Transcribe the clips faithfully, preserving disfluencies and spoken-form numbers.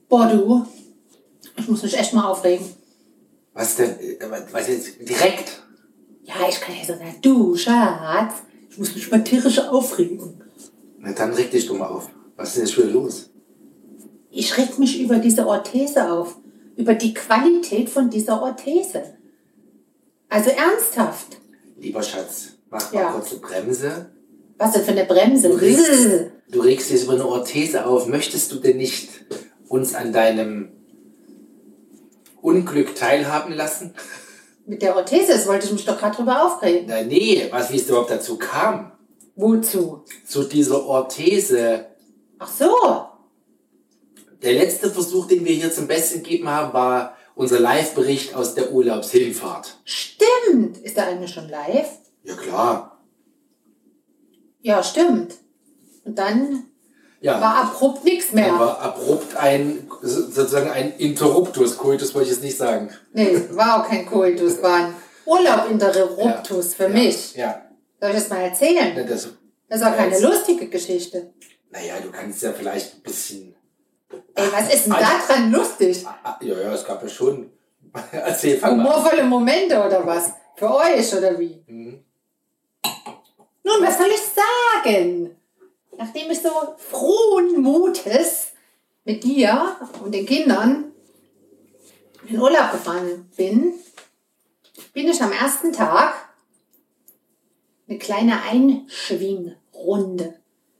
Boah, du, ich muss mich echt mal aufregen. Was denn? Was jetzt? Direkt? Ja, ich kann ja so sagen, du, Schatz, ich muss mich mal tierisch aufregen. Na dann reg dich doch mal auf. Was ist denn jetzt schon wieder los? Ich reg mich über diese Orthese auf. Über die Qualität von dieser Orthese. Also ernsthaft. Lieber Schatz, mach Ja. mal kurz eine Bremse. Was denn für eine Bremse? Du regst, du regst jetzt über eine Orthese auf. Möchtest du denn nicht uns an deinem Unglück teilhaben lassen? Mit der Orthese, das wollte ich mich doch gerade drüber aufregen. Na nee, was, wie es überhaupt dazu kam. Wozu? Zu dieser Orthese. Ach so. Der letzte Versuch, den wir hier zum Besten gegeben haben, war unser Live-Bericht aus der Urlaubshinfahrt. Stimmt. Ist der eigentlich schon live? Ja klar. Ja, stimmt. Und dann Ja. war abrupt nichts mehr. Aber abrupt ein, sozusagen ein Interruptus, Coitus wollte ich jetzt nicht sagen. Nee, war auch kein Koitus, war ein Urlaub Interruptus für ja, mich. Ja. Soll ich das mal erzählen? ja. Das, Das ist auch keine jetzt- lustige Geschichte. Naja, du kannst ja vielleicht ein bisschen... Ey, was ist denn Ah, da dran lustig? Ah, Ja, ja, es gab ja schon... Erzähl, fang mal an. Humorvolle Momente oder was? Für euch oder wie? Mhm. Nun, was soll ich sagen? Nachdem ich so frohen Mutes mit dir und den Kindern in Urlaub gefahren bin, bin ich am ersten Tag eine kleine Einschwingrunde.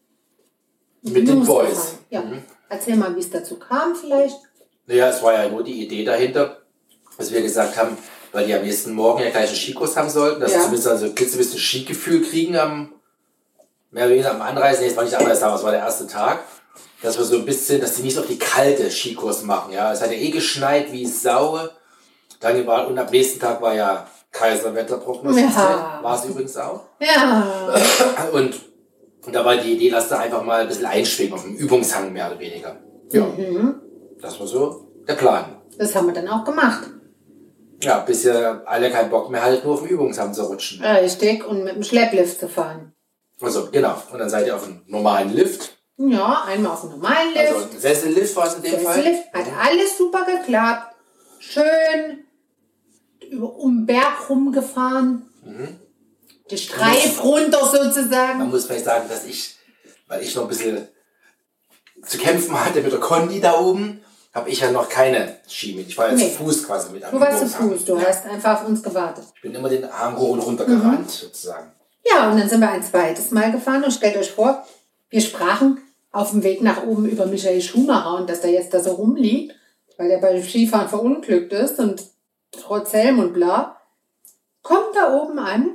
Mit den News Boys. gefahren. Ja. Mhm. Erzähl mal, wie es dazu kam vielleicht. Naja, es war ja nur die Idee dahinter, dass wir gesagt haben, weil die am nächsten Morgen ja gleich einen Skikurs haben sollten, dass Ja. sie zumindest also Kids ein bisschen Skigefühl kriegen am, mehr oder weniger am Anreisen. Nee, es war nicht der Anreise, es war der erste Tag. Dass wir so ein bisschen, dass die nicht so auf die kalte Skikurs machen. Ja, es hat ja eh geschneit wie Sau. Dann war, und am nächsten Tag war ja Kaiserwetter prognostiziert. Ja. War es übrigens auch. Ja. Und, und da war die Idee, dass da einfach mal ein bisschen einschwingen auf dem Übungshang, mehr oder weniger. Ja. Mhm. Das war so der Plan. Das haben wir dann auch gemacht. Ja, bis ja alle keinen Bock mehr halt nur auf dem Übungshang zu rutschen. Richtig, und mit dem Schlepplift zu fahren. Also, genau. Und dann seid ihr auf einem normalen Lift. Ja, einmal auf dem normalen Lift. Also ein Sessellift war es in dem Fall. Sessellift. Hat alles super geklappt. Schön über, um den Berg rumgefahren. Mhm. Die Streif runter Man sozusagen. muss vielleicht sagen, dass ich, weil ich noch ein bisschen zu kämpfen hatte mit der Kondi da oben, habe ich ja noch keine Ski mit. Ich war jetzt Nee. zu Fuß quasi mit am Du warst zu Übungshang. Fuß, du Ja. hast einfach auf uns gewartet. Ich bin immer den Arm hoch und runter gerannt, sozusagen. Ja, und dann sind wir ein zweites Mal gefahren und stellt euch vor, wir sprachen auf dem Weg nach oben über Michael Schumacher und dass der jetzt da so rumliegt, weil der beim Skifahren verunglückt ist und trotz Helm und bla, kommt da oben an,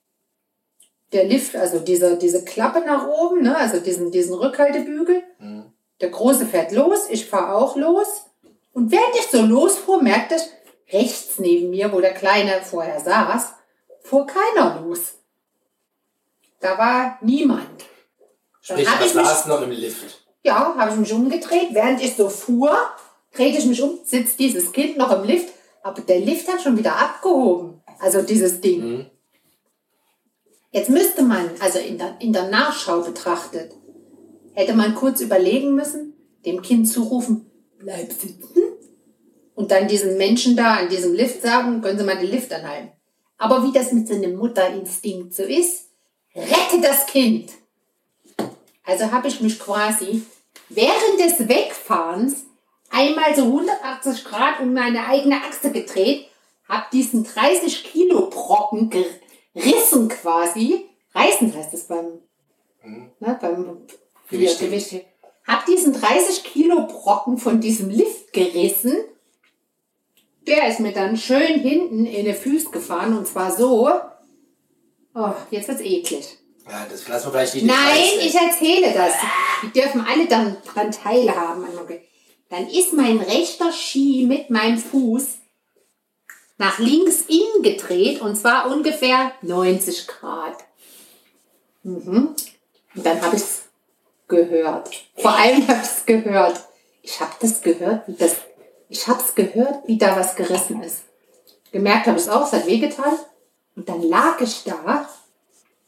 der Lift, also diese, diese Klappe nach oben, ne, also diesen, diesen Rückhaltebügel, Mhm. der Große fährt los, ich fahre auch los und während ich so losfuhr, merkte ich, rechts neben mir, wo der Kleine vorher saß, fuhr keiner los. Da war niemand. Dann Sprich, hab was ich mich- saß noch im Lift? Ja, habe ich mich umgedreht. Während ich so fuhr, drehte ich mich um, sitzt dieses Kind noch im Lift. Aber der Lift hat schon wieder abgehoben. Also dieses Ding. Mhm. Jetzt müsste man, also in der, in der Nachschau betrachtet, hätte man kurz überlegen müssen, dem Kind zurufen, bleib sitzen. Und dann diesen Menschen da an diesem Lift sagen, können Sie mal den Lift anhalten. Aber wie das mit so einem Mutterinstinkt so ist, rette das Kind. Also habe ich mich quasi während des Wegfahrens einmal so hundertachtzig Grad um meine eigene Achse gedreht, habe diesen dreißig Kilo Brocken gerissen quasi. Reißen heißt es beim, Mhm. ne, beim Gewicht. Gewicht. Habe diesen dreißig Kilo Brocken von diesem Lift gerissen. Der ist mir dann schön hinten in die Füße gefahren und zwar so. Oh, jetzt wird's eklig. Ja, das lassen wir vielleicht die Nein, Details ich weg. erzähle das. Die dürfen alle dann dran teilhaben. Dann ist mein rechter Ski mit meinem Fuß nach links innen gedreht und zwar ungefähr neunzig Grad. Mhm. Und dann habe ich es gehört. Vor allem habe ich es gehört. Ich habe das gehört, wie das. Ich habe es gehört, wie da was gerissen ist. Gemerkt habe ich es auch, es hat wehgetan. Und dann lag ich da.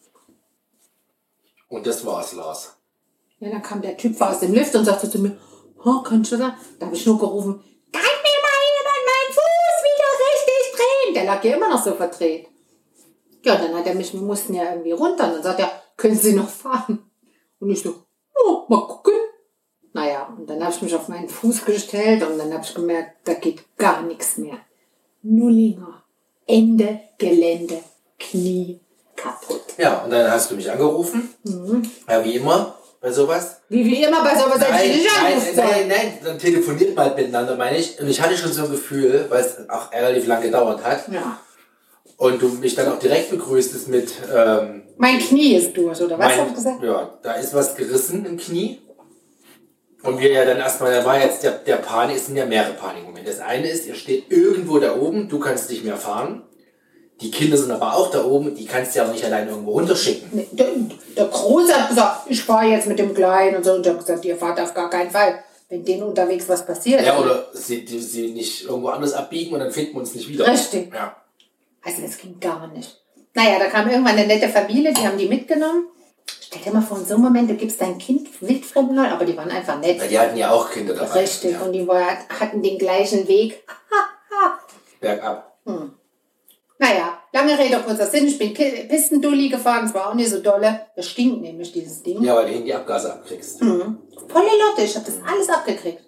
Und das war's, Lars. Ja, dann kam der Typ aus dem Lift und sagte zu mir, Oh, kannst du das? Da habe ich nur gerufen, kann mir mal jemand meinen Fuß wieder richtig drehen? Der lag ja immer noch so verdreht. Ja, dann hat er mich, wir mussten ja irgendwie runter. Und dann sagt er, können Sie noch fahren? Und ich so, oh, mal gucken. Naja, und dann habe ich mich auf meinen Fuß gestellt und dann habe ich gemerkt, da geht gar nichts mehr. Nullinger. Ende Gelände. Knie kaputt. Ja, und dann hast du mich angerufen. Mhm. Ja, wie immer bei sowas. Wie, wie immer bei sowas. Nein, nein, nein, nein, nein, dann telefoniert mal miteinander, meine ich. Und ich hatte schon so ein Gefühl, weil es auch relativ lang gedauert hat. Ja. Und du mich dann auch direkt begrüßtest mit... Ähm, mein Knie ist durch, oder was mein, hast du gesagt? Ja, da ist was gerissen im Knie. Und wir ja dann erstmal, da war jetzt der, der Panik, es sind ja mehrere Panikmomente. Das eine ist, ihr steht irgendwo da oben, du kannst nicht mehr fahren. Die Kinder sind aber auch da oben, die kannst du ja auch nicht alleine irgendwo runterschicken. Nee, der, der Große hat gesagt, ich fahre jetzt mit dem Kleinen und so. Und ich habe gesagt, ihr fahrt auf gar keinen Fall, wenn denen unterwegs was passiert. Ja, oder sie, die, sie nicht irgendwo anders abbiegen und dann finden wir uns nicht wieder. Richtig. Ja. Also das ging gar nicht. Naja, da kam irgendwann eine nette Familie, die haben die mitgenommen. Stell dir mal vor, in so einem Moment, du gibst dein Kind wildfremden Leuten, aber die waren einfach nett. Ja, die hatten ja auch Kinder dabei. Richtig, ja. Und die war, hatten den gleichen Weg. Bergab. Hm. Naja, lange Rede, kurzer Sinn. Ich bin Pistendulli gefahren, es war auch nicht so dolle. Das stinkt nämlich, dieses Ding. Ja, weil du hinten die Abgase abkriegst. Mhm. Volle Lotte, ich habe das alles abgekriegt.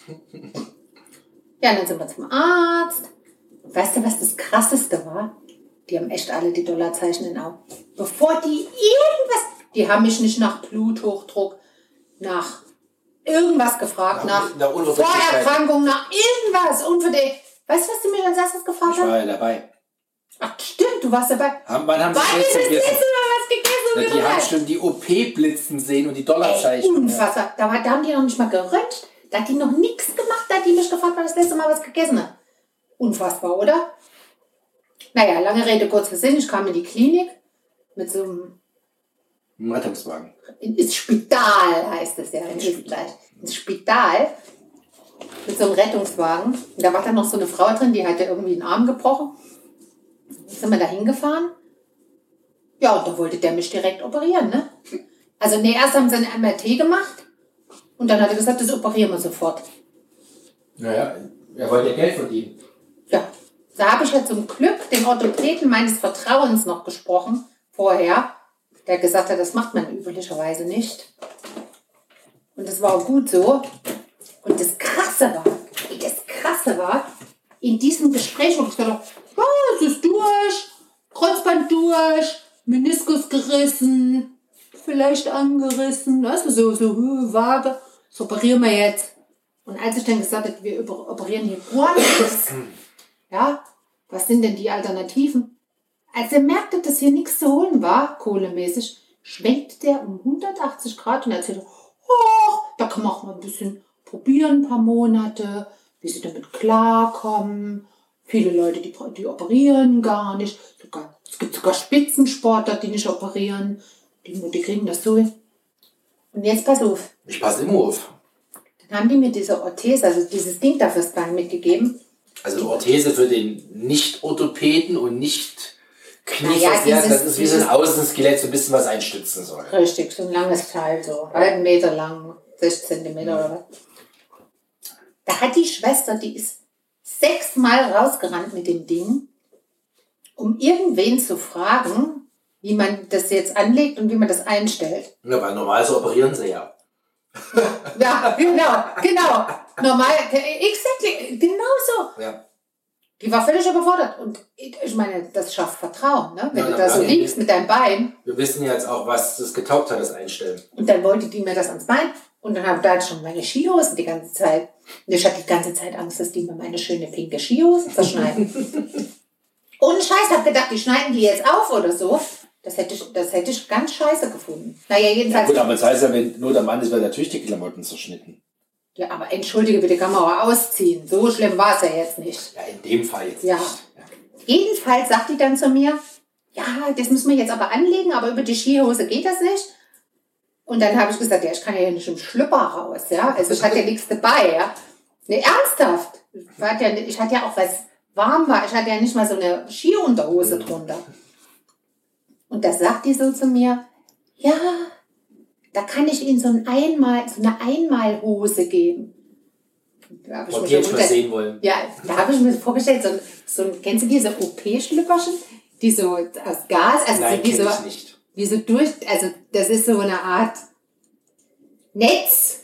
Ja, und dann sind wir zum Arzt. Weißt du, was das Krasseste war? Die haben echt alle die Dollarzeichen in den Augen. Bevor die irgendwas... Die haben mich nicht nach Bluthochdruck, nach irgendwas gefragt, nach, nach Vorerkrankung, nach irgendwas. Unverdächtig. Weißt du, was du mir als erstes gefragt hast? Ich war ja dabei. Ach, stimmt, du warst dabei. Haben, wann haben Wann sie ist das letzte Mal was gegessen? Na, die haben schon die O P blitzen sehen und die Dollarzeichen. Ey, unfassbar. Da, war, da haben die noch nicht mal geröntgt. Da hat die noch nichts gemacht. Da hat die mich gefragt, wann das letzte Mal was gegessen hat. Unfassbar, oder? Naja, lange Rede, kurzer Sinn. Ich kam in die Klinik mit so einem... Ein Rettungswagen. Ins Spital heißt es ja in Österreich. Ins Spital mit so einem Rettungswagen. Und da war dann noch so eine Frau drin, die hatte irgendwie einen Arm gebrochen. Dann sind wir da hingefahren. Ja, und da wollte der mich direkt operieren, ne? Also, nee, erst haben sie ein M R T gemacht und dann hat er gesagt, das operieren wir sofort. Naja, er wollte ja Geld verdienen. Ja, da habe ich ja zum Glück den Orthopäden meines Vertrauens noch gesprochen, vorher, der gesagt hat, das macht man üblicherweise nicht. Und das war auch gut so. Und das Krasse war, das Krasse war, in diesem Gespräch habe ich gedacht, ja, es ist durch, Kreuzband durch, Meniskus gerissen, vielleicht angerissen, weißt du, so, so vage, das operieren wir jetzt. Und als ich dann gesagt habe, wir operieren hier gar nichts, ja, was sind denn die Alternativen? Als er merkte, dass hier nichts zu holen war, kohlemäßig, schwenkte der um hundertachtzig Grad und erzählte, oh, da kann man auch mal ein bisschen probieren, ein paar Monate, wie sie damit klarkommen. Viele Leute, die, die operieren gar nicht. Sogar, es gibt sogar Spitzensportler, die nicht operieren. Die, die kriegen das so hin. Und jetzt pass auf. Ich passe immer auf. Dann haben die mir diese Orthese, also dieses Ding da fürs Bein mitgegeben. Also Orthese für den Nicht-Orthopäden und nicht Knieversehrten, ja, das ist wie so ein Außenskelett, so ein bisschen was einstützen soll. Richtig, so ein langes Teil, so einen Meter lang, sechzehn Zentimeter oder was. Da hat die Schwester, die ist sechsmal rausgerannt mit dem Ding, um irgendwen zu fragen, wie man das jetzt anlegt und wie man das einstellt. Ja, weil normal so operieren sie ja. Ja, genau, genau. Normal, exactly, genau so. Ja. Die war völlig überfordert. Und ich meine, das schafft Vertrauen, ne? Wenn ja, du da so liegst mit deinem Bein. Wir wissen jetzt auch, was das getaugt hat, das Einstellen. Und dann wollte die mir das ans Bein. Und dann habe ich da schon meine Skihosen die ganze Zeit. Und ich hatte die ganze Zeit Angst, dass die mir meine schöne pinke Skihose zerschneiden. Ohne Scheiß, habe gedacht, die schneiden die jetzt auf oder so. Das hätte ich, das hätte ich ganz scheiße gefunden. Naja, jedenfalls. Ja, gut, aber das heißt ja, wenn nur der Mann ist, wird natürlich die Klamotten zerschnitten. Ja, aber entschuldige bitte, kann man auch ausziehen. So schlimm war es ja jetzt nicht. Ja, in dem Fall jetzt ja. nicht. Ja. Jedenfalls sagt die dann zu mir, ja, das müssen wir jetzt aber anlegen, aber über die Skihose geht das nicht. Und dann habe ich gesagt, ja, ich kann ja nicht im Schlüpper raus, ja. Also ich hatte ja nichts dabei, ja. Ne, ernsthaft. Ich hatte, ja, ich hatte ja auch, weil es warm war, ich hatte ja nicht mal so eine Skiunterhose drunter. Und da sagt die so zu mir, ja, da kann ich Ihnen so, ein Einmal, so eine Einmalhose geben. Da habe ich Und mir die hätte schon ich mal unter- sehen wollen. Ja, da habe ich mir vorgestellt, so, so ein, kennst du diese O P-Schlüpperchen, die so aus Gas, also Nein, so wie kenne so, ich nicht. wie so durch, also das ist so eine Art Netz.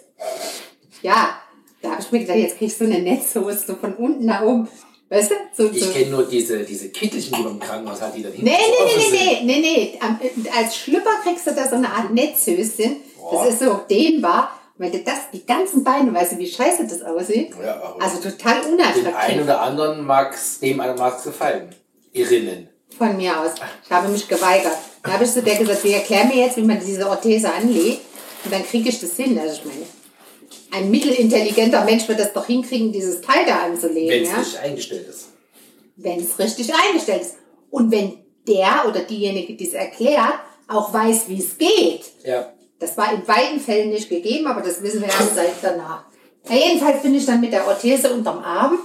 Ja, da habe ich mir gedacht, jetzt kriegst du eine Netzhose so von unten nach oben. Weißt du? So, Ich so. kenne nur diese, diese Kittelchen, die man im Krankenhaus hat, die dann hinten Nee, so nee, offen nee, sind. nee, nee, nee, nee. Am- Als Schlüpper kriegst du da so eine Art Netzhöschen. Boah. Das ist so dehnbar. Wenn du das, die ganzen Beine, weißt du, wie scheiße das aussieht? Ja, aber Also total den einen unattraktiv. oder anderen mag's, dem einen mag's gefallen. Irinnen. Von mir aus. Ich habe mich geweigert. Da habe ich zu der gesagt, sie erklär mir jetzt, wie man diese Orthese anlegt. Und dann kriege ich das hin. Also ich meine, ein mittelintelligenter Mensch wird das doch hinkriegen, dieses Teil da anzulegen. Wenn es ja? richtig eingestellt ist. Wenn es richtig eingestellt ist. Und wenn der oder diejenige, die es erklärt, auch weiß, wie es geht. Ja. Das war in beiden Fällen nicht gegeben, aber das wissen wir ja seit danach. Ja, jedenfalls bin ich dann mit der Orthese unterm Arm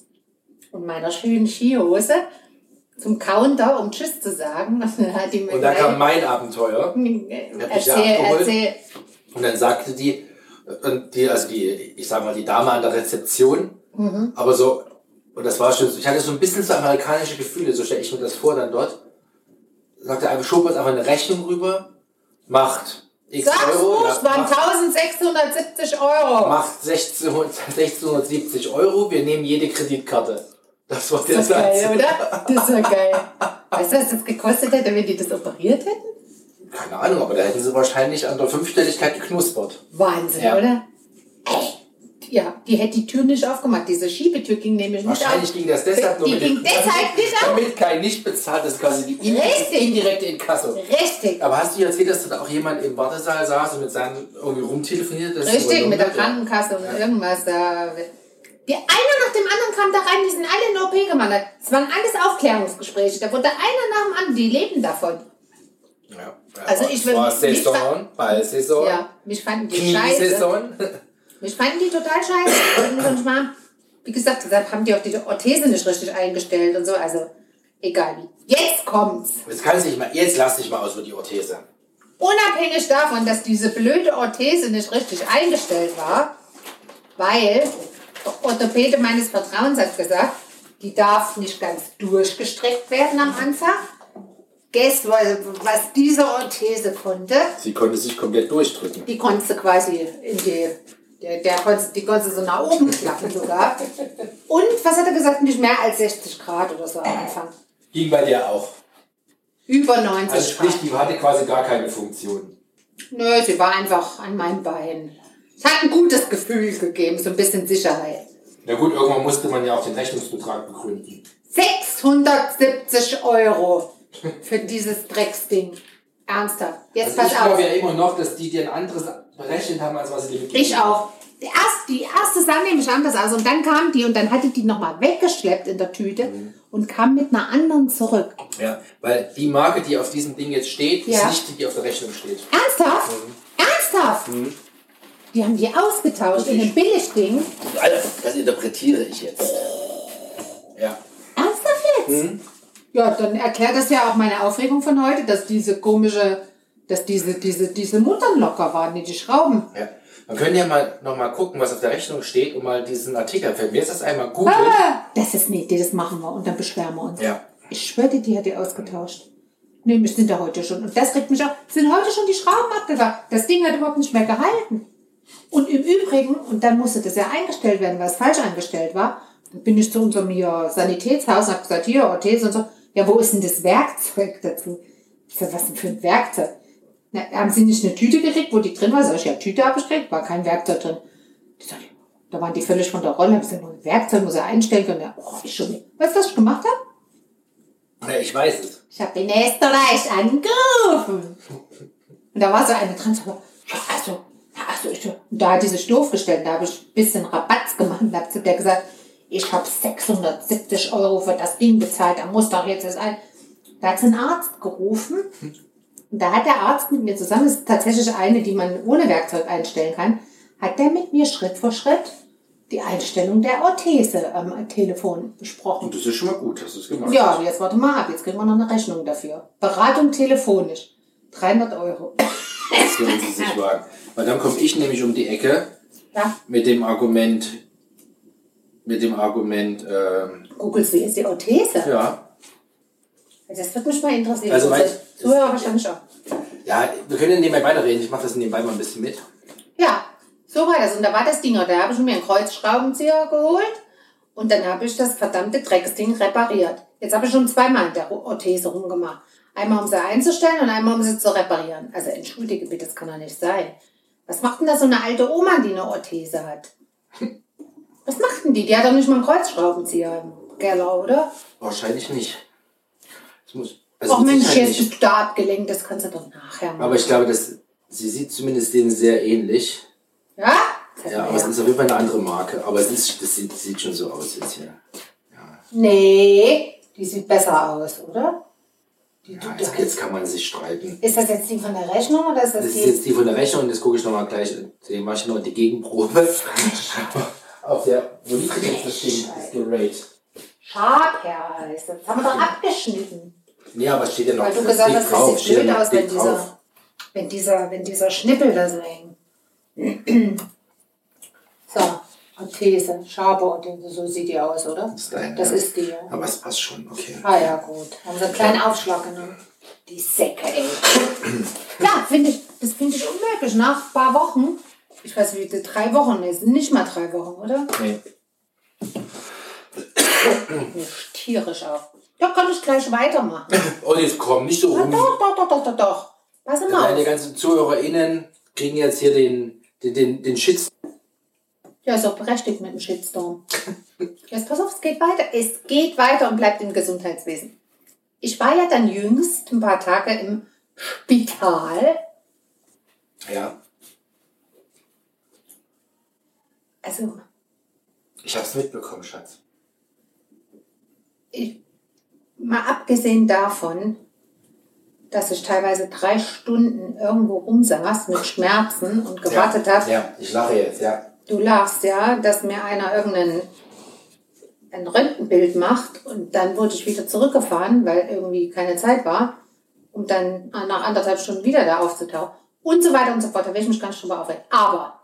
und meiner schönen Skihose zum Counter, um Tschüss zu sagen. Hat die mir Und da gleich- kam mein Abenteuer. Hab mich da Erzähl, abgeholt. erzähl. Und dann sagte die, und die, also die, ich sag mal, die Dame an der Rezeption, Mhm. aber so, und das war schon, so- ich hatte so ein bisschen so amerikanische Gefühle, so stelle ich mir das vor dann dort, sagte einfach, schob uns einfach eine Rechnung rüber, macht x Sag's Euro, ruhig, ja, es waren macht, eintausendsechshundertsiebzig Euro. macht sechzehnhundertsiebzig Euro, wir nehmen jede Kreditkarte. Das war der Das ist Satz. geil, oder? Das ist ja geil. Weißt du, was das gekostet hätte, wenn die das operiert hätten? Keine Ahnung, aber da hätten sie wahrscheinlich an der Fünfstelligkeit geknuspert. Wahnsinn, Ja. oder? Ey, ja, die hätte die Tür nicht aufgemacht. Diese Schiebetür ging nämlich nicht Wahrscheinlich auf. ging das deshalb nur Die mit ging dem- deshalb nicht auf. Damit kein nicht bezahlt ist, quasi die indi- Richtig. indirekte Inkasso. Richtig. Aber hast du dir erzählt, dass da auch jemand im Wartesaal saß und mit seinem irgendwie rumtelefoniert? Das ist Richtig, wohl mit der dunkel. Krankenkasse und irgendwas da. Die einer nach dem anderen kam da rein, die sind alle in O P gemacht. Es waren alles Aufklärungsgespräche. Da wurde einer nach dem anderen, die leben davon. Ja. Ja, Also aber ich es will- war mich Saison, Ballsaison, Ja, mich fanden die scheiße. Kniesaison. Mich fanden die total scheiße. Und manchmal, wie gesagt, deshalb haben die auch die Orthese nicht richtig eingestellt und so. Also, egal wie. Jetzt kommt's. Jetzt kannst du nicht mal, jetzt lass dich mal aus über die Orthese. Unabhängig davon, dass diese blöde Orthese nicht richtig eingestellt war, weil der Orthopäde meines Vertrauens hat gesagt, die darf nicht ganz durchgestreckt werden am Anfang. Guess, was diese Orthese konnte, Sie konnte sich komplett durchdrücken. die konntest du quasi in die, der, der konntest, die konntest du so nach oben klappen sogar. Und, was hat er gesagt, nicht mehr als sechzig Grad oder so am Anfang. Ging bei dir auch. Über neunzig Also sprich, Grad. die hatte quasi gar keine Funktion. Nö, sie war einfach an meinen Beinen. Es hat ein gutes Gefühl gegeben, so ein bisschen Sicherheit. Na gut, irgendwann musste man ja auch den Rechnungsbetrag begründen. sechshundertsiebzig Euro für dieses Drecksding. Ernsthaft. Jetzt Also ich pass auf. glaube ja immer noch, dass die dir ein anderes berechnet haben, als was sie dir mitgegeben Ich auch. Die erste, die erste sah nämlich anders aus. Und dann kam die und dann hatte die nochmal weggeschleppt in der Tüte und kam mit einer anderen zurück. Ja, weil die Marke, die auf diesem Ding jetzt steht, Ja. ist nicht die, die auf der Rechnung steht. Ernsthaft? Ernsthaft? Die haben die ausgetauscht in einem Billigding. Alter, das interpretiere ich jetzt. Ja. Ernsthaft jetzt? Ja, dann erklärt das ja auch meine Aufregung von heute, dass diese komische, dass diese, diese, diese Muttern locker waren, die die Schrauben. Ja. Man könnte ja mal noch mal gucken, was auf der Rechnung steht und mal diesen Artikel, fällt mir jetzt das einmal googeln. Ah, das ist eine Idee, das machen wir und dann beschweren wir uns. Ja. Ich schwöre dir, die hat die ausgetauscht. Nee, wir sind da heute schon. Und das regt mich auch. Sind heute schon die Schrauben abgegangen. Das Ding hat überhaupt nicht mehr gehalten. Und im Übrigen, und dann musste das ja eingestellt werden, weil es falsch eingestellt war, dann bin ich zu unserem hier Sanitätshaus und habe gesagt, hier, Orthese und so. Ja, wo ist denn das Werkzeug dazu? Ich sag, was denn für ein Werkzeug? Na, haben sie nicht eine Tüte gekriegt, wo die drin war? Sag ich, ja, Tüte habe ich gekriegt, war kein Werkzeug drin. Die sagt, da waren die völlig von der Rolle. Hab ich gesagt, ein Werkzeug muss er einstellen können. Ja, oh, ich schon nicht. Weißt du, was ich gemacht habe? Ja, ich weiß es. Ich habe den Österreich angerufen. Und da war so eine dran, so, ja, also, ja, also ich, und da hat die sich doof gestellt, da habe ich ein bisschen Rabatz gemacht und habe zu der gesagt, ich habe sechshundertsiebzig Euro für das Ding bezahlt, da muss doch jetzt das ein. Da hat sie einen Arzt gerufen und da hat der Arzt mit mir zusammen, das ist tatsächlich eine, die man ohne Werkzeug einstellen kann, hat der mit mir Schritt für Schritt die Einstellung der Orthese am Telefon besprochen. Und das ist schon mal gut, hast du es gemacht. Ja, jetzt warte mal ab, jetzt kriegen wir noch eine Rechnung dafür. Beratung telefonisch, dreihundert Euro. Das werden sie sich wagen. Weil dann komme ich nämlich um die Ecke Ja. mit dem Argument, mit dem Argument, ähm, Googlest du jetzt die Orthese? ja. Das würde mich mal interessieren. Also, weil- Zuhörer wahrscheinlich auch. Ja, wir können nebenbei weiterreden. Ich mache das nebenbei mal ein bisschen mit. Ja, so war das. Und da war das Ding. Da habe ich mir einen Kreuzschraubenzieher geholt und dann habe ich das verdammte Drecksding repariert. Jetzt habe ich schon zweimal in der Orthese rumgemacht. Einmal, um sie einzustellen und einmal, um sie zu reparieren. Also entschuldige bitte, das kann doch nicht sein. Was macht denn da so eine alte Oma, die eine Orthese hat? Was macht denn die? Die hat doch nicht mal einen Kreuzschraubenzieher im Keller, oder? Wahrscheinlich nicht. Das muss, also Ach mit Mensch, Sicherheit jetzt nicht. bist du da abgelenkt, das kannst du doch nachher machen. Aber ich glaube, dass sie sieht zumindest denen sehr ähnlich. Ja? Ja, aber es ist auf jeden Fall eine andere Marke. Aber es ist, das sieht, sieht schon so aus jetzt hier. Ja. Nee, die sieht besser aus, oder? Die Ja, tut jetzt, da- jetzt kann man sich streiten. Ist das jetzt die von der Rechnung oder ist das, Das die? ist jetzt die von der Rechnung und das gucke ich nochmal gleich. Den mache ich noch die Gegenprobe. Auf der, wo liegt denn jetzt das Ding? Das Gerate. Schabherr heißt das. Das haben wir doch abgeschnitten. Nee, aber steht ja noch Weil du das gesagt Dick hast, das drauf, sieht steht ja blöd noch aus, wenn dick drauf. dieser, wenn, dieser, wenn dieser Schnippel da so hängt. So, Orthese, Schabe-Orthese, so sieht die aus, oder? Das ist dein, Das ja. ist die, ja. Aber es passt schon, okay. Ah ja, gut. Haben sie einen kleinen Aufschlag genommen. Die Säcke, ey. Ja, finde ich, das finde ich unmöglich. Nach ein paar Wochen, ich weiß wie, drei Wochen, nee, sind nicht mal drei Wochen, oder? Nee. Mir tierisch auf. Ja, kann ich gleich weitermachen. Und jetzt komm, nicht so Ja, rum. doch, doch, doch, doch, doch, doch. Pass mal Meine auf. ganzen ZuhörerInnen kriegen jetzt hier den, den, den, den Shit. Ja, ist auch berechtigt mit dem Shitstorm. Jetzt pass auf, es geht weiter. Es geht weiter und bleibt im Gesundheitswesen. Ich war ja dann jüngst ein paar Tage im Spital. Ja, Also, ich hab's mitbekommen, Schatz. ich, mal abgesehen davon, dass ich teilweise drei Stunden irgendwo rumsaß mit Schmerzen und gewartet ja. habe. Ja, ich lache jetzt, ja. Du lachst, ja, dass mir einer irgendein ein Röntgenbild macht und dann wurde ich wieder zurückgefahren, weil irgendwie keine Zeit war, um dann nach anderthalb Stunden wieder da aufzutauchen und so weiter und so fort. Da will ich mich ganz drüber aufregen. Aber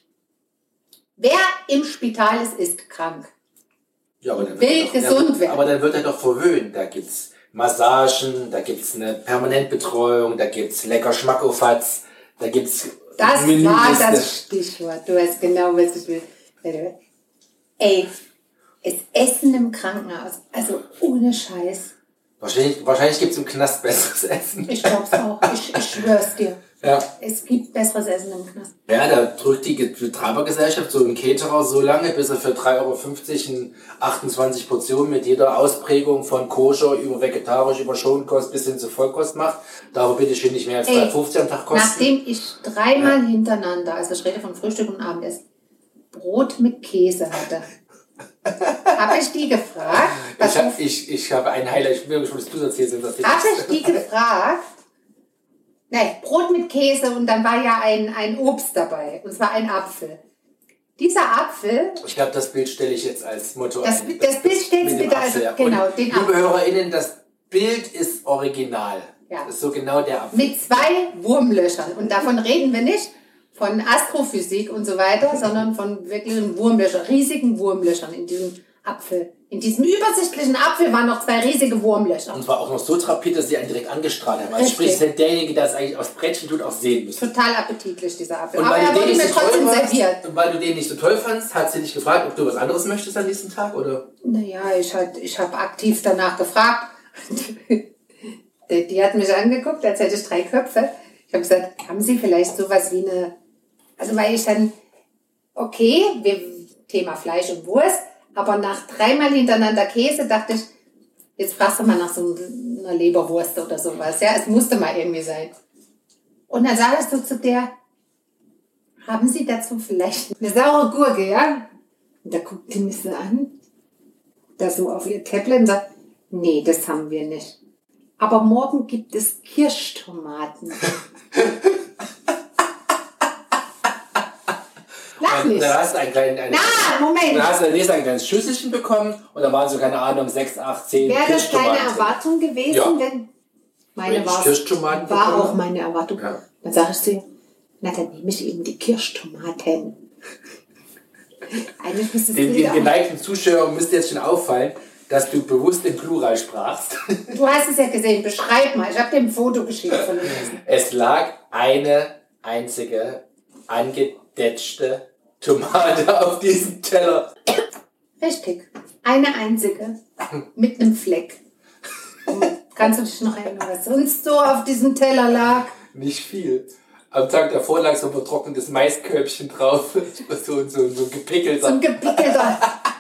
wer im Spital ist, ist krank. Ja, aber dann Will wird er doch, gesund ja, werden. aber dann wird er doch verwöhnt. Da gibt's Massagen, da gibt's eine Permanentbetreuung, da gibt's lecker Schmackofatz, da gibt's Das Menüliste. war das Stichwort. Du weißt genau, was ich will. Ey, das Essen im Krankenhaus, also ohne Scheiß. Wahrscheinlich, wahrscheinlich gibt's im Knast besseres Essen. Ich glaub's auch. Ich, ich schwör's dir. Ja. Es gibt besseres Essen im Knast. Ja, da drückt die Betreibergesellschaft so einen Caterer so lange, bis er für drei Euro fünfzig in achtundzwanzig Portionen mit jeder Ausprägung von Koscher über vegetarisch, über Schonkost bis hin zu Vollkost macht. Darf aber bitte schön nicht mehr als Ey, drei fünfzig am Tag kosten. Nachdem ich dreimal hintereinander, also ich rede von Frühstück und Abendessen, Brot mit Käse hatte, habe ich die gefragt, was Ich, hab, ich, ich habe ein Highlight, ich bin gespannt, was du erzählst. Das habe ich die gefragt, nein, Brot mit Käse und dann war ja ein, ein Obst dabei, und zwar ein Apfel. Dieser Apfel, Ich glaube, das Bild stelle ich jetzt als Motto Das- ein. das Bild stellst mit dem bitte als- Apfel, ja. genau, Und den liebe Apfel. HörerInnen, das Bild ist original. Ja. Das ist so genau der Apfel. mit zwei Wurmlöchern. Und davon reden wir nicht von Astrophysik und so weiter, sondern von wirklichen Wurmlöchern, riesigen Wurmlöchern in diesem Apfel. In diesem übersichtlichen Apfel waren noch zwei riesige Wurmlöcher. Und zwar auch noch so trapiert, dass sie einen direkt angestrahlt haben. Also Richtig. sprich, es hätte derjenige, der es eigentlich aus Brettchen tut, auch sehen müssen. Total appetitlich, dieser Apfel. Und Aber weil, er du den wurde nicht mir so toll trotzdem fandst, serviert. und weil du den nicht so toll fandst, hat sie dich gefragt, ob du was anderes möchtest an diesem Tag, oder? Naja, ich, halt, ich habe aktiv danach gefragt. die, die hat mich angeguckt, als hätte ich drei Köpfe. Ich habe gesagt, haben Sie vielleicht sowas wie eine... Also weil ich dann, okay, wir, Thema Fleisch und Wurst, aber nach dreimal hintereinander Käse dachte ich, jetzt fragst du mal nach so einer Leberwurst oder sowas. Ja, es musste mal irgendwie sein. Und dann sage ich so zu der, haben Sie dazu vielleicht eine saure Gurke, ja? Und da guckt die mich so an, da so auf ihr Tablet und sagt, nee, das haben wir nicht. Aber morgen gibt es Kirschtomaten. Lach Und nicht. dann hast du einen kleinen, einen, Na, Moment. dann hast du nächstes ein kleines Schüsselchen bekommen und da waren so, keine Ahnung, sechs, acht, zehn Wäre das Kirschtomaten deine drin. Erwartung gewesen, Ja. wenn meine Wenn ich war's- Kirschtomaten war bekomme? auch meine Erwartung. Ja. Dann sage ich zu ihr, na dann nehme ich eben die Kirschtomaten. Eigentlich müsste es Den, Bild den auch- geneigten Zuschauern müsste jetzt schon auffallen, dass du bewusst im Plural sprachst. Du hast es ja gesehen, beschreib mal. Ich habe dir ein Foto geschickt von dem Essen. Es lag eine einzige angedetschte Tomate auf diesem Teller. Richtig. Eine einzige. Mit einem Fleck. Kannst du dich noch erinnern, was sonst so auf diesem Teller lag? Nicht viel. Am Tag davor lag so ein vertrocknetes Maiskörbchen drauf. So, so, so gepickelt. So ein gepickelter.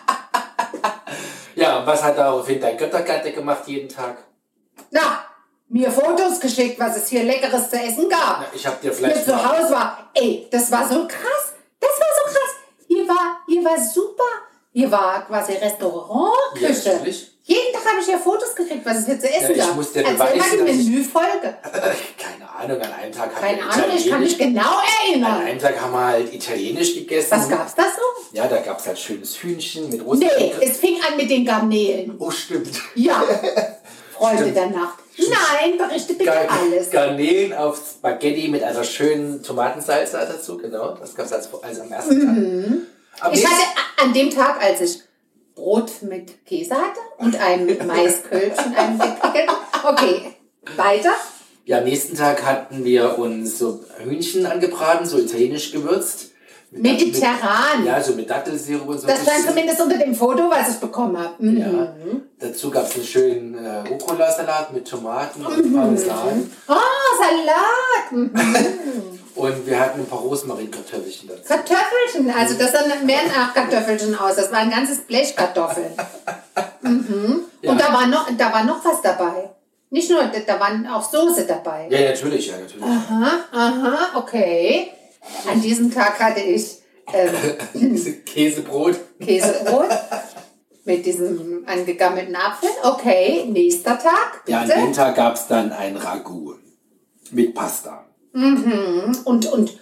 Ja, und was hat daraufhin dein Göttergatte gemacht jeden Tag? Na, mir Fotos geschickt, was es hier Leckeres zu essen gab. Na, ich hab dir Hier vielleicht zu mal- Hause war. Ey, das war so krass. Das war so krass. Hier war, hier war super. Hier war quasi Ja, Restaurantküche. natürlich. Jeden Tag habe ich ja Fotos gekriegt, was es hier zu essen Ja, ich gab. muss dir Erzähl mal beweisen, die dass ich- Menüfolge. Keine Ahnung, an einem Tag haben Keine wir Ahnung, ich kann mich Italienisch. genau An erinnern. einem Tag haben wir halt italienisch gegessen. Was gab's da so? Ja, da gab es halt schönes Hühnchen mit Nee, russischen... es fing an mit den Garnelen. Oh, stimmt. Ja, Freunde Stimmt. der Nacht. Nein, berichte bitte Gar- alles. Garnelen auf Spaghetti mit einer schönen Tomatensalsa dazu, genau. Das gab es als, als am ersten Tag. Am Ich nächsten- hatte a- an dem Tag, als ich Brot mit Käse hatte und einem Maiskölbchen, einem gepickelten. Okay, weiter. Ja, am nächsten Tag hatten wir uns so Hühnchen angebraten, so italienisch gewürzt. Mit- Mediterran. Mit, ja, so mit Dattelsirup und so. Das stand bisschen. zumindest unter dem Foto, was ich bekommen habe. Mhm. Ja. Dazu gab es einen schönen äh, Rucola-Salat mit Tomaten und Parmesan. Oh, Salat. Mhm. Und wir hatten ein paar Rosmarinkartoffelchen dazu. Kartoffelchen, also das sah mehr nach Kartoffelchen aus. Das war ein ganzes Blech Kartoffeln. Mhm. Ja. Und da war, noch, da war noch was dabei. Nicht nur, da- da waren auch Soße dabei. Ja, natürlich, ja, natürlich. Aha, aha, okay. An diesem Tag hatte ich ähm, Käsebrot. Käsebrot mit diesem angegammelten Apfel. Okay, nächster Tag, Ja, an bitte. dem Tag gab es dann ein Ragout mit Pasta. Und, und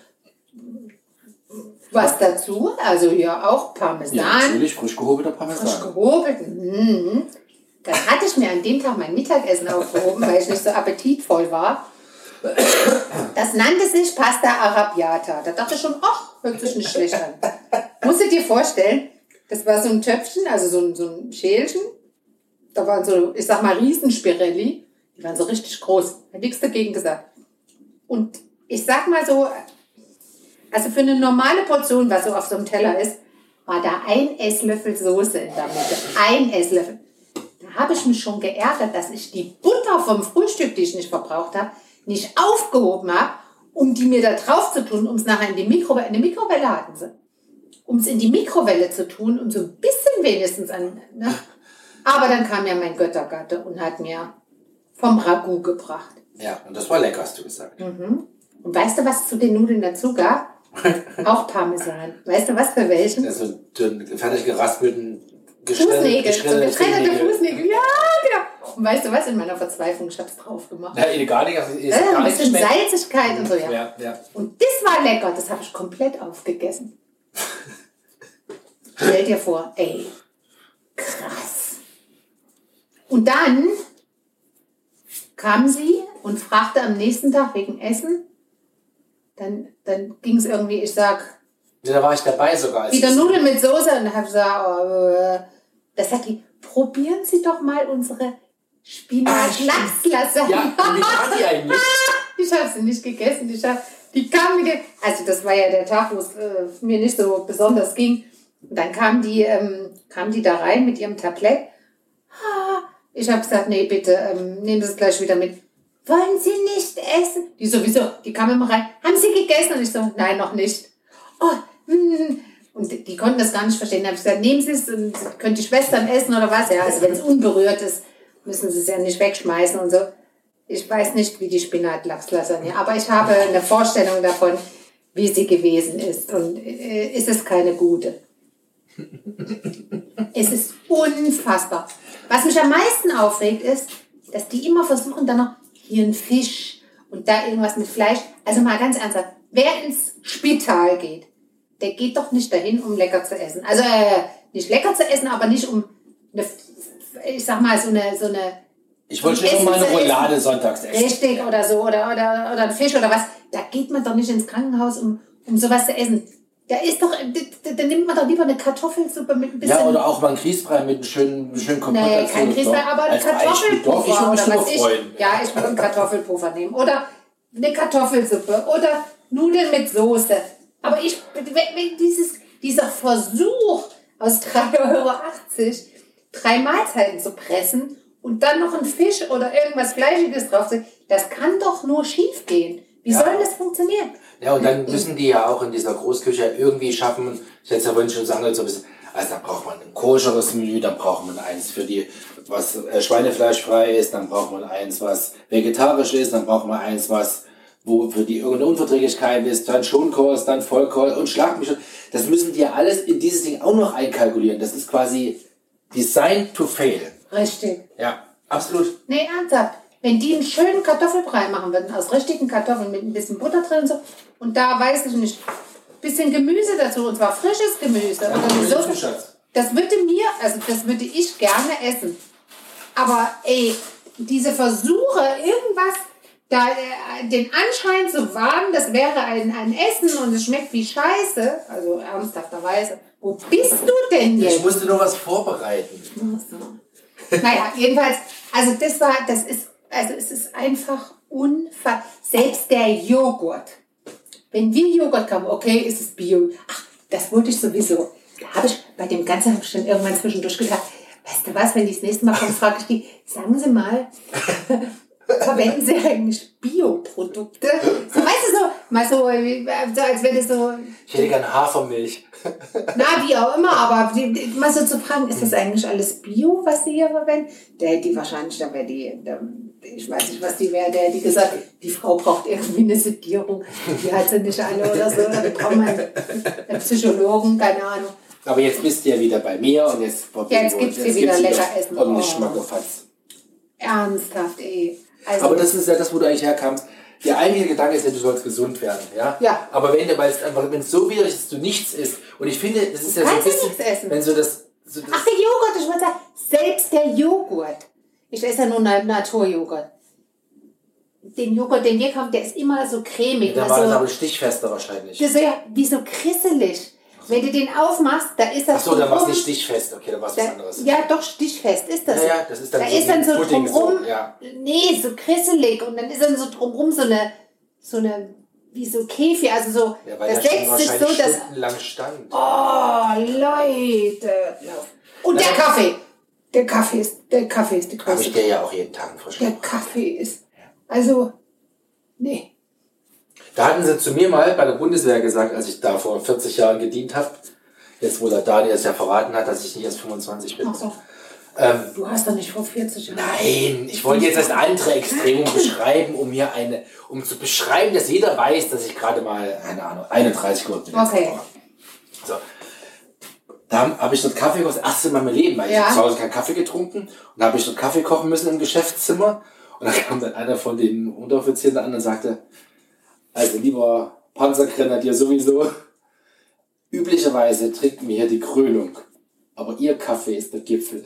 was dazu? Also hier auch Parmesan. Ja, natürlich, frisch gehobelter Frisch Parmesan. gehobelt. Mhm. Dann hatte ich mir an dem Tag mein Mittagessen aufgehoben, weil ich nicht so appetitvoll war. Das nannte sich Pasta Arrabbiata. Da dachte ich schon, ach, hört sich nicht schlecht an. Musst du dir vorstellen, das war so ein Töpfchen, also so ein, so ein Schälchen. Da waren so, ich sag mal, Riesenspirelli. Die waren so richtig groß. Hat nichts dagegen gesagt. Und ich sag mal so, also für eine normale Portion, was so auf so einem Teller ist, war da ein Esslöffel Soße in der Mitte. Ein Esslöffel. Da habe ich mich schon geärgert, dass ich die Butter vom Frühstück, die ich nicht verbraucht habe, nicht aufgehoben habe, um die mir da drauf zu tun, um es nachher in die Mikrowelle, in die Mikrowelle hatten sie. Um es in die Mikrowelle zu tun, um so ein bisschen wenigstens an, ne? Aber dann kam ja mein Göttergatte und hat mir vom Ragout gebracht. Ja, und das war lecker, hast du gesagt. Und weißt du, was zu den Nudeln dazu gab? Auch Parmesan. Weißt du, was für welchen? Also dünn, fertig geraspelten Fußnägel. So geschnittene getrennte Fußnägel. Fußnägel. Ja, genau. Und weißt du was? In meiner Verzweiflung, ich hab's drauf gemacht. Ja, eh, gar nicht, also ist Äh, gar ein nicht bisschen geschmeckt. Salzigkeit und so, ja. Ja, ja. Und das war lecker. Das habe ich komplett aufgegessen. Stell dir vor, ey, krass. Und dann kam sie und fragte am nächsten Tag wegen Essen. Dann, dann ging es irgendwie, ich sag, Ja, da war ich dabei sogar. als wieder es- Nudeln mit Soße. Und dann habe ich gesagt, oh, äh, da sagt die, probieren Sie doch mal unsere Spinat-Lachs-Lasagne. Ja, und wie war die eigentlich? Ich habe sie nicht gegessen. Ich hab, die kam mit dem, also das war ja der Tag, wo es äh, mir nicht so besonders ging. Und dann kam die, ähm, kam die da rein mit ihrem Tablett. Ah, ich habe gesagt, nee, bitte, ähm, nehmen Sie es gleich wieder mit. Wollen Sie nicht essen? Die sowieso, die kam immer rein. Haben Sie gegessen? Und ich so, nein, noch nicht. Oh, hm. Und die, die konnten das gar nicht verstehen. Dann habe ich gesagt, nehmen Sie es und können die Schwestern essen oder was? Ja, also wenn es unberührt ist, müssen Sie es ja nicht wegschmeißen und so. Ich weiß nicht, wie die Spinat-Lachs-Lasagne, aber ich habe eine Vorstellung davon, wie sie gewesen ist. Und äh, ist es keine gute. Es ist unfassbar. Was mich am meisten aufregt, ist, dass die immer versuchen, dann noch hier ein Fisch und da irgendwas mit Fleisch. Also mal ganz ernsthaft, wer ins Spital geht, der geht doch nicht dahin, um lecker zu essen. Also äh, nicht lecker zu essen, aber nicht um, eine, ich sag mal, so eine... So eine Ich wollte um schon mal eine Essen zu Roulade essen. sonntags essen. Richtig oder so, oder, oder, oder ein Fisch oder was. Da geht man doch nicht ins Krankenhaus, um, um sowas zu essen. Da ist doch, da, da nimmt man doch lieber eine Kartoffelsuppe mit ein bisschen... Ja, oder auch mal einen Grießbrei mit einem schönen, schönen Kompott. Nee, kein Grießbrei, aber ein Kartoffelpuffer. Ich würde mich oder drüber was ich, freuen. ja, ich würde einen Kartoffelpuffer nehmen. Oder eine Kartoffelsuppe. Oder Nudeln mit Soße. Aber ich, wenn dieses, dieser Versuch aus drei Euro achtzig drei Mahlzeiten zu pressen und dann noch ein Fisch oder irgendwas Fleischiges drauf zu, das kann doch nur schief gehen. Wie Ja. soll das funktionieren? Ja, und dann müssen die ja auch in dieser Großküche irgendwie schaffen, ich hätte es ja vorhin schon sagen, so ein bisschen, also dann braucht man ein koscheres Menü, dann braucht man eins für die, was äh, schweinefleischfrei ist, dann braucht man eins, was vegetarisch ist, dann braucht man eins, was wo für die irgendeine Unverträglichkeit ist, dann Schonkost, dann Vollkost und Schlag mich schon. Das müssen die ja alles in dieses Ding auch noch einkalkulieren. Das ist quasi designed to fail. Richtig. Ja, absolut. Nee, ernsthaft. Wenn die einen schönen Kartoffelbrei machen würden, aus richtigen Kartoffeln mit ein bisschen Butter drin und so, und da weiß ich nicht, ein bisschen Gemüse dazu, und zwar frisches Gemüse. Ja, und dann so, Gemüse, Schatz. das würde mir, also das würde ich gerne essen. Aber ey, diese Versuche, irgendwas, da äh, den Anschein zu wahren, das wäre ein, ein Essen und es schmeckt wie Scheiße, also ernsthafterweise, wo bist du denn jetzt? Ich musste nur was vorbereiten. Naja, jedenfalls, also das war, das ist, also es ist einfach unfassbar. Selbst der Joghurt. Wenn wir Joghurt kaufen, okay, ist es Bio. Ach, das wollte ich sowieso. Da habe ich, bei dem Ganzen habe ich dann irgendwann zwischendurch gedacht, weißt du was, wenn die das nächste Mal kommen, frage ich die, sagen Sie mal, verwenden Sie eigentlich Bioprodukte? So, weißt du, so, mal so, wie- so als wäre das so, Ich hätte gerne Hafermilch. na, wie auch immer, aber die, die, mal so zu fragen, ist das eigentlich alles Bio, was Sie hier verwenden? Der hätte die wahrscheinlich, da wäre die, da, ich weiß nicht, was die wäre, der hätte gesagt, die Frau braucht irgendwie eine Sedierung, die hat sie nicht alle oder so, da braucht man einen Psychologen, keine Ahnung. Aber jetzt bist du ja wieder bei mir und jetzt, Jetzt gibt's hier wieder lecker Essen. Ordentlich Oh. Schmackofatz. Ernsthaft, ey. Also, Aber das ist ja das, wo du eigentlich herkamst. Der eigentliche Gedanke ist ja, du sollst gesund werden, ja? Ja. Aber wenn du, weil es einfach, wenn es so widerlich ist, dass du nichts isst, und ich finde, das ist ja so ein kannst du bisschen, nichts essen. wenn so das, so das ach, der Joghurt, ich wollte sagen, selbst der Joghurt. Ich esse ja nur Na- Naturjoghurt. Den Joghurt, den wir kaufen, der ist immer so cremig. da immer war das so, aber stichfester wahrscheinlich. das ist ja wie so krisselig. Wenn du den aufmachst, da ist das Achso, da war es drumrum- nicht stichfest, okay, da war es was da, anderes. ja, doch, stichfest ist das. Ja, ja, das ist dann da so ist dann wie so Pudding drumrum, so, ja. nee, so krisselig. Und dann ist dann so drumrum so eine, so eine, wie so Kefir, also so, Ja, weil das der schon setzt sich wahrscheinlich so, dass, stundenlang stand. oh, Leute. Und der Na, Kaffee. Der Kaffee ist, der Kaffee ist die Habe größte. ich dir ja auch jeden Tag einen frischen. Der Kaffee ist, also, nee. Da hatten sie zu mir mal bei der Bundeswehr gesagt, als ich da vor vierzig Jahren gedient habe, jetzt wo der Daniel es ja verraten hat, dass ich nicht erst fünfundzwanzig bin. Ach so. Ähm, Du hast doch nicht vor vierzig Jahren. Nein, ich wollte jetzt das andere Extremum beschreiben, um mir eine, um zu beschreiben, dass jeder weiß, dass ich gerade mal, keine Ahnung, einunddreißig geworden bin. Okay. So. Da habe ich dort Kaffee gekocht, das erste Mal in meinem Leben, weil Ja. ich habe zu Hause keinen Kaffee getrunken und da habe ich dort Kaffee kochen müssen im Geschäftszimmer und da kam dann einer von den Unteroffizieren an und sagte, also lieber Panzergrenadier sowieso, üblicherweise trinken wir hier die Krönung, aber ihr Kaffee ist der Gipfel.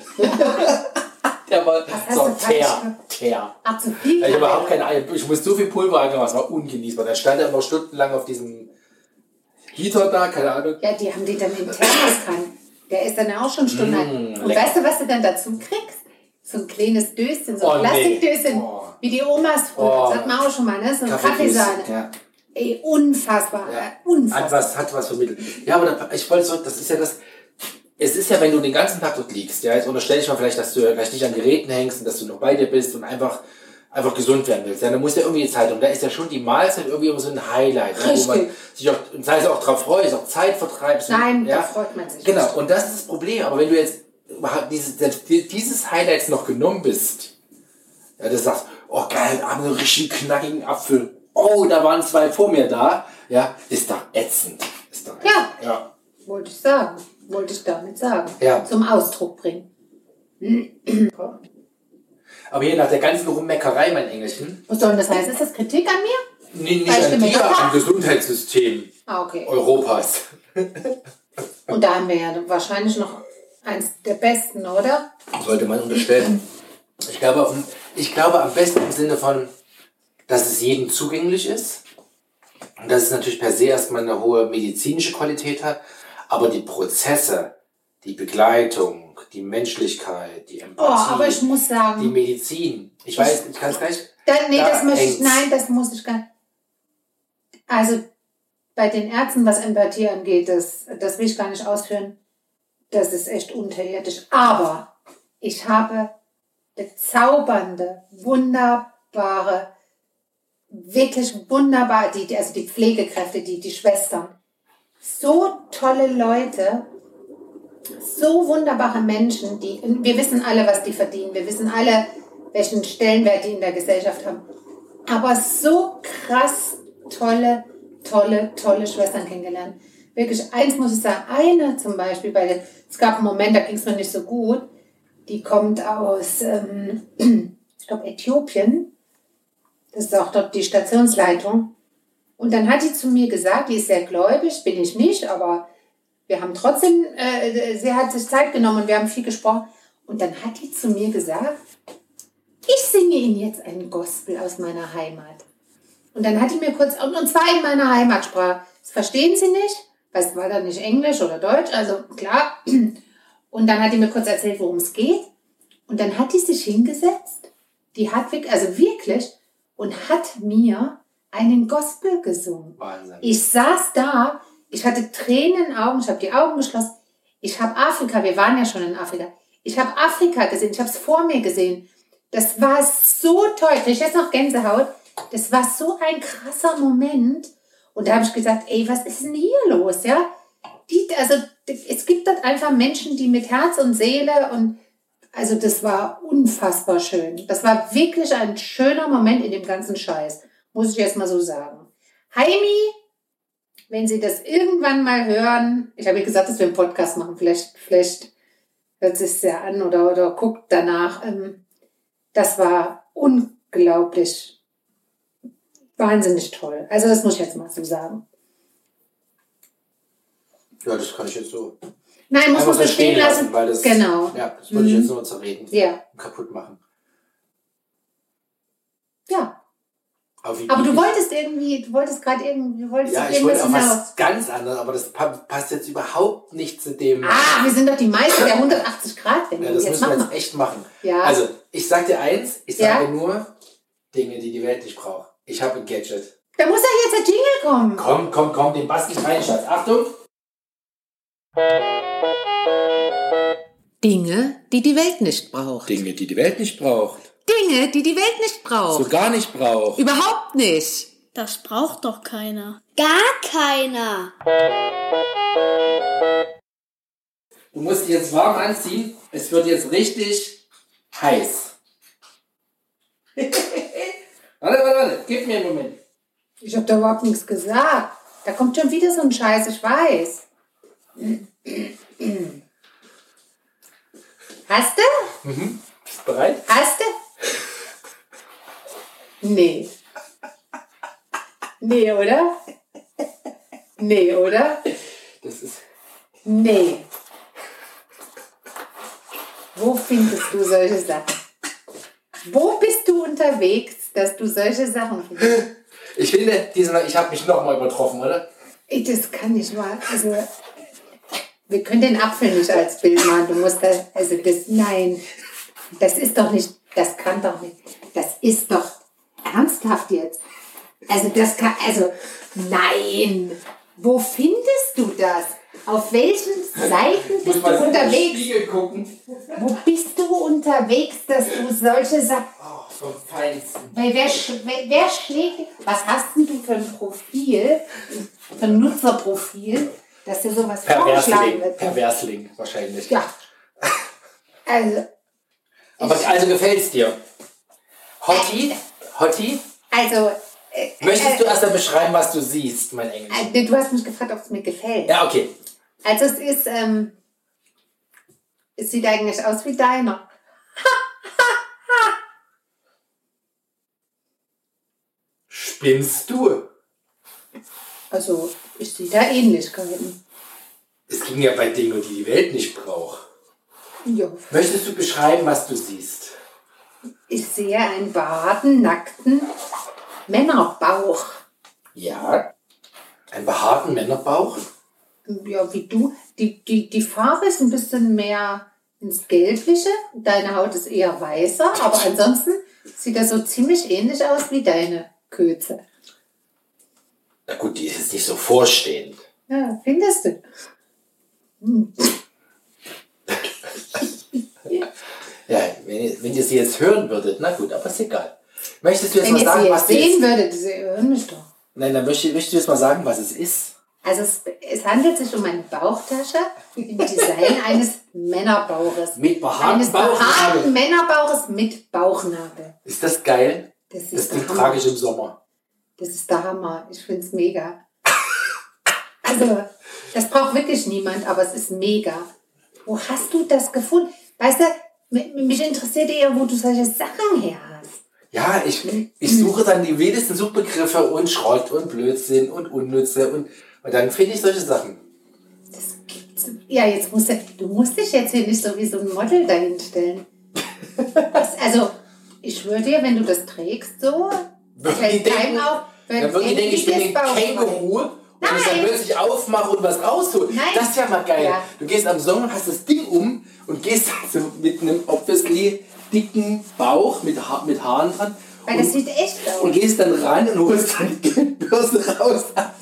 Der war hast so du falsch Teer, gemacht? Teer. Ach, zu viel. Ich habe Kaffee. überhaupt keine Ahnung. Ich muss so viel Pulver angemacht, es war ungenießbar. Da stand er immer stundenlang auf diesem Heater da, keine Ahnung. Ja, die haben die dann in Thermoskanne. Der ist dann auch schon Stunden. Mm, und lecker. weißt du, was du dann dazu kriegst? So ein kleines Döschen, so Oh, ein Plastikdöschen, nee. Oh. wie die Omas früher. Oh. Das hat man auch schon mal, ne? So ein Kaffeekies, Kaffeesahne. ja. Ey, unfassbar. Ja. äh, Unfassbar. Hat was, hat was vermittelt. Ja, aber da, ich wollte so, das ist ja das, es ist ja, wenn du den ganzen Tag dort liegst, ja, jetzt unterstelle ich mal vielleicht, dass du vielleicht nicht an Geräten hängst und dass du noch bei dir bist und einfach, einfach gesund werden willst. Ja, dann musst du ja irgendwie die Zeit, und da ist ja schon die Mahlzeit irgendwie immer so ein Highlight, ja, wo man Richtig. sich auch, und sei es auch drauf freut, ist auch Zeit vertreibst. Nein, ja. da freut man sich. Genau, nicht. und das ist das Problem. Aber wenn du jetzt überhaupt dieses, dieses Highlights noch genommen bist, ja, du sagst, oh geil, haben einen richtig knackigen Apfel. Oh, da waren zwei vor mir da. Ja, ist doch ätzend. Ist doch ätzend. Ja. Ja. Wollte ich sagen. Wollte ich damit sagen. Ja. Zum Ausdruck bringen. Aber hier nach der ganzen Rummeckerei, mein Engelchen, Was soll denn das heißen? Ist das Kritik an mir? nee, nicht Weil ich an gemeckert dir, habe? am Gesundheitssystem Ah, okay. Europas. Und da haben wir ja wahrscheinlich noch eins der besten, oder? Sollte man unterstellen. Ich glaube, auf, ich glaube am besten im Sinne von, dass es jedem zugänglich ist. Und das ist natürlich per se erstmal eine hohe medizinische Qualität hat, aber die Prozesse, die Begleitung, die Menschlichkeit, die Empathie, oh, aber ich muss sagen, die Medizin. Ich, ich weiß, ich kann es gleich. Da, nee, da das möchte ich, hängt's. nein, das muss ich gar nicht. Also bei den Ärzten, was Empathie angeht, das, das will ich gar nicht ausführen. Das ist echt unterirdisch. Aber ich habe bezaubernde, wunderbare, wirklich wunderbar, die, die, also die Pflegekräfte, die, die Schwestern. So tolle Leute, so wunderbare Menschen, die, wir wissen alle, was die verdienen. Wir wissen alle, welchen Stellenwert die in der Gesellschaft haben. Aber so krass tolle, tolle, tolle Schwestern kennengelernt. Wirklich, eins muss ich sagen, eine zum Beispiel, bei der, es gab einen Moment, da ging es mir nicht so gut, die kommt aus, ähm, ich glaube, Äthiopien. Das ist auch dort die Stationsleitung. Und dann hat die zu mir gesagt, die ist sehr gläubig, bin ich nicht, aber wir haben trotzdem, äh, sie hat sich Zeit genommen und wir haben viel gesprochen. Und dann hat die zu mir gesagt, ich singe Ihnen jetzt einen Gospel aus meiner Heimat. Und dann hat die mir kurz, und zwar in meiner Heimatsprache, das verstehen Sie nicht, weil es war dann nicht Englisch oder Deutsch, also klar. Und dann hat die mir kurz erzählt, worum es geht. Und dann hat die sich hingesetzt, die hat wirklich, also wirklich, und hat mir einen Gospel gesungen. Wahnsinn. Ich saß da, ich hatte Tränen in den Augen, ich habe die Augen geschlossen. Ich habe Afrika, wir waren ja schon in Afrika, ich habe Afrika gesehen, ich habe es vor mir gesehen. Das war so toll, ich kriege jetzt noch Gänsehaut. Das war so ein krasser Moment. Und da habe ich gesagt, ey, was ist denn hier los? Ja? Die, also, es gibt dort einfach Menschen, die mit Herz und Seele und also das war unfassbar schön. Das war wirklich ein schöner Moment in dem ganzen Scheiß. Muss ich jetzt mal so sagen. Heimi, wenn Sie das irgendwann mal hören, ich habe ja gesagt, dass wir einen Podcast machen, vielleicht, vielleicht hört es sich ja an oder, oder guckt danach. Das war unglaublich, wahnsinnig toll. Also das muss ich jetzt mal so sagen. Ja, das kann ich jetzt so. Nein, muss man so stehen lassen. lassen weil das, genau. Ja, das würde mhm. ich jetzt nur zerreden ja. und kaputt machen. Ja. Aber, wie aber du wolltest irgendwie, du wolltest gerade irgendwie, du wolltest ja, ich wollte auch was ganz anderes, aber das passt jetzt überhaupt nicht zu dem. Ah, wir sind doch die Meister der hundertachtzig Grad Wendung. Ja, das jetzt müssen wir machen. jetzt echt machen. Ja. Also, ich sag dir eins, ich sage ja? nur Dinge, die die Welt nicht braucht. Ich habe ein Gadget. Da muss ja jetzt der Jingle kommen. Komm, komm, komm, den bastel ich rein, Schatz. Achtung! Dinge, die die Welt nicht braucht. Dinge, die die Welt nicht braucht. Dinge, die die Welt nicht braucht. So gar nicht braucht. Überhaupt nicht. Das braucht doch keiner. Gar keiner. Du musst dich jetzt warm anziehen. Es wird jetzt richtig heiß. warte, warte, warte. Gib mir einen Moment. Ich habe da überhaupt nichts gesagt. Da kommt schon wieder so ein Scheiß, ich weiß. Hast du? Mhm. Bist du bereit? Hast du? Nee. Nee, oder? Nee, oder? Das ist... Nee. Wo findest du solche Sachen? Wo bist du unterwegs, dass du solche Sachen findest? Ich finde, diesmal, ich habe mich nochmal übertroffen, oder? Das kann nicht mal. Also, wir können den Apfel nicht als Bild machen. Du musst das, also das, nein. Das ist doch nicht, das kann doch nicht. Das ist doch ernsthaft jetzt. Also das kann, also, nein. Wo findest du das? Auf welchen Seiten bist du unterwegs? Spiegel gucken. Wo bist du unterwegs, dass du solche Sachen... Oh, vom Feinsten. Weil wer, wer, wer schlägt... Was hast denn du für ein Profil, für ein Nutzerprofil, dass dir sowas vorgeschlagen Perversling, wird? Perversling wahrscheinlich. Ja. Also... Aber also gefällt es dir? Hotti? Hotti? Also... Äh, Möchtest äh, du erst mal beschreiben, was du siehst, mein Engel? äh, du hast mich gefragt, ob es mir gefällt. Ja, okay. Also es ist... Ähm, es sieht eigentlich aus wie deiner. Spinnst du? Also, ich sehe da Ähnlichkeiten. Es ging ja bei Dingen, die die Welt nicht braucht. Ja. Möchtest du beschreiben, was du siehst? Ich sehe einen behaarten, nackten Männerbauch. Ja. Einen behaarten Männerbauch? Ja, wie du. Die, die, die Farbe ist ein bisschen mehr ins Gelbliche. Deine Haut ist eher weißer, aber ansonsten sieht er so ziemlich ähnlich aus wie deine Köze. Na gut, die ist jetzt nicht so vorstehend. Ja, findest du? Hm. Ja, wenn ihr, wenn ihr sie jetzt hören würdet, na gut, aber ist egal. Möchtest du jetzt Wenn mal ihr sagen, sie was jetzt die sehen ist? würdet, sie hören mich doch. Nein, dann möchtest, möchtest du jetzt mal sagen, was es ist. Also es, es handelt sich um eine Bauchtasche im Design eines Männerbauches. Mit behaarten Eines behaarten Bauchnabel. Männerbauches mit Bauchnabel. Ist das geil? Das ist Das der Ding Hammer. trage ich im Sommer. Das ist der Hammer. Ich finde es mega. Also, das braucht wirklich niemand, aber es ist mega. Wo hast du das gefunden? Weißt du, mi- mich interessiert eher, wo du solche Sachen her hast. Ja, ich, ich suche dann die wildesten Suchbegriffe und Schrott und Blödsinn und Unnütze und, und dann finde ich solche Sachen. Das gibt's. Ja, jetzt musst du, du musst dich jetzt hier nicht so wie so ein Model dahinstellen. Das, also, ich schwöre dir, wenn du das trägst so, Würden fällt die keinem denken- auf, wenn Dann würden die denken, ich bin ein endlich das Känguru und ich dann Nein. plötzlich aufmache und was raushole. Nein. Das ist ja mal geil. Ja. Du gehst am Sommer, hast das Ding um und gehst also mit einem obviously dicken Bauch mit, ha mit Haaren dran. Weil und, das sieht echt und aus. gehst dann rein und holst deine Geldbörse raus.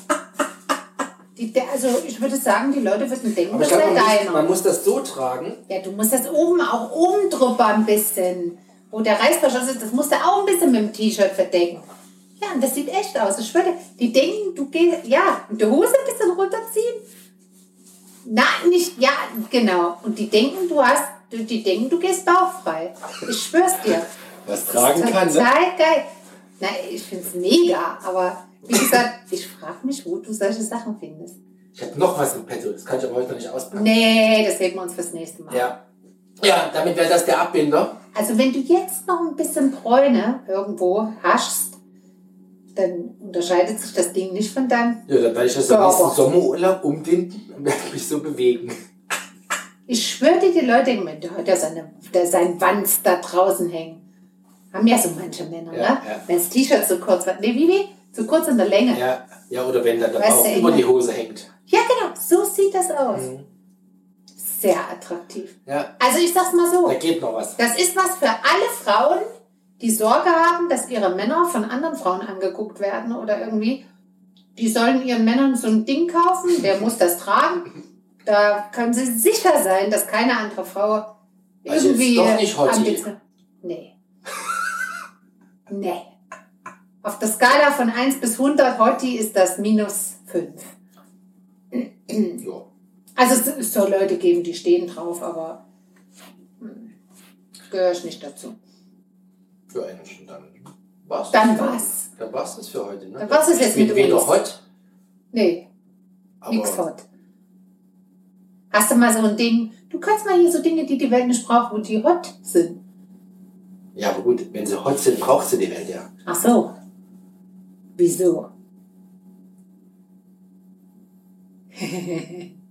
Die, der- also, ich würde sagen, die Leute würden denken, Aber ich das glaube, wäre man, muss- deiner. man muss das so tragen. Ja, du musst das oben auch oben drüber ein bisschen. Wo der Reißverschluss ist, das musst du auch ein bisschen mit dem T-Shirt verdecken. Ja, und das sieht echt aus. Ich schwöre, dir, die denken, du gehst, ja, und die Hose ein bisschen runterziehen. Nein, nicht, ja, genau. Und die denken, du hast, die die denken, du gehst bauchfrei. Ich schwör's dir. Was Das tragen ist kann, ne? total geil. Nein, ich find's mega, aber wie gesagt, ich frage mich, wo du solche Sachen findest. Ich habe noch was im Petto, das kann ich aber heute noch nicht auspacken. Nee, das heben wir uns fürs nächste Mal. Ja. Ja, damit wäre das der Abbinder. Also wenn du jetzt noch ein bisschen Bräune irgendwo hast, dann unterscheidet sich das Ding nicht von deinem... Ja, dann werde ich das im Körper. nächsten Sommerurlaub umbinden und werde mich so bewegen. Ich schwöre dir, die Leute denken, der hat ja seine, der, sein Wanz da draußen hängen. Haben ja so manche Männer, Ja, ne? ja. Wenn das T-Shirt zu kurz war. Nee, wie, wie? Zu kurz in der Länge. Ja, Ja, ja, oder wenn dann der Weißt Bauch du, über immer- die Hose hängt. genau. So sieht das aus. Mhm. Sehr attraktiv. Ja, Also ich sag's mal so. da geht noch was. Das ist was für alle Frauen, die Sorge haben, dass ihre Männer von anderen Frauen angeguckt werden oder irgendwie. Die sollen ihren Männern so ein Ding kaufen, der muss das tragen. Da können sie sicher sein, dass keine andere Frau Also irgendwie... jetzt doch nicht Hottie. ambition- Nee. Nee. Auf der Skala von eins bis hundert Hottie ist das minus fünf. Ja. Also es, es soll Leute geben, die stehen drauf, aber hm, gehöre ich nicht dazu. Für eine Stunde dann war's. Dann das. war's. Dann war's das für heute, ne? Dann war's es jetzt Ich bin mit weder uns. hot, Nee, aber nix hot. Hast du mal so ein Ding, du kannst mal hier so Dinge, die die Welt nicht braucht, wo die hot sind. ja, aber gut, wenn sie hot sind, braucht sie die Welt ja. Ach so. Wieso?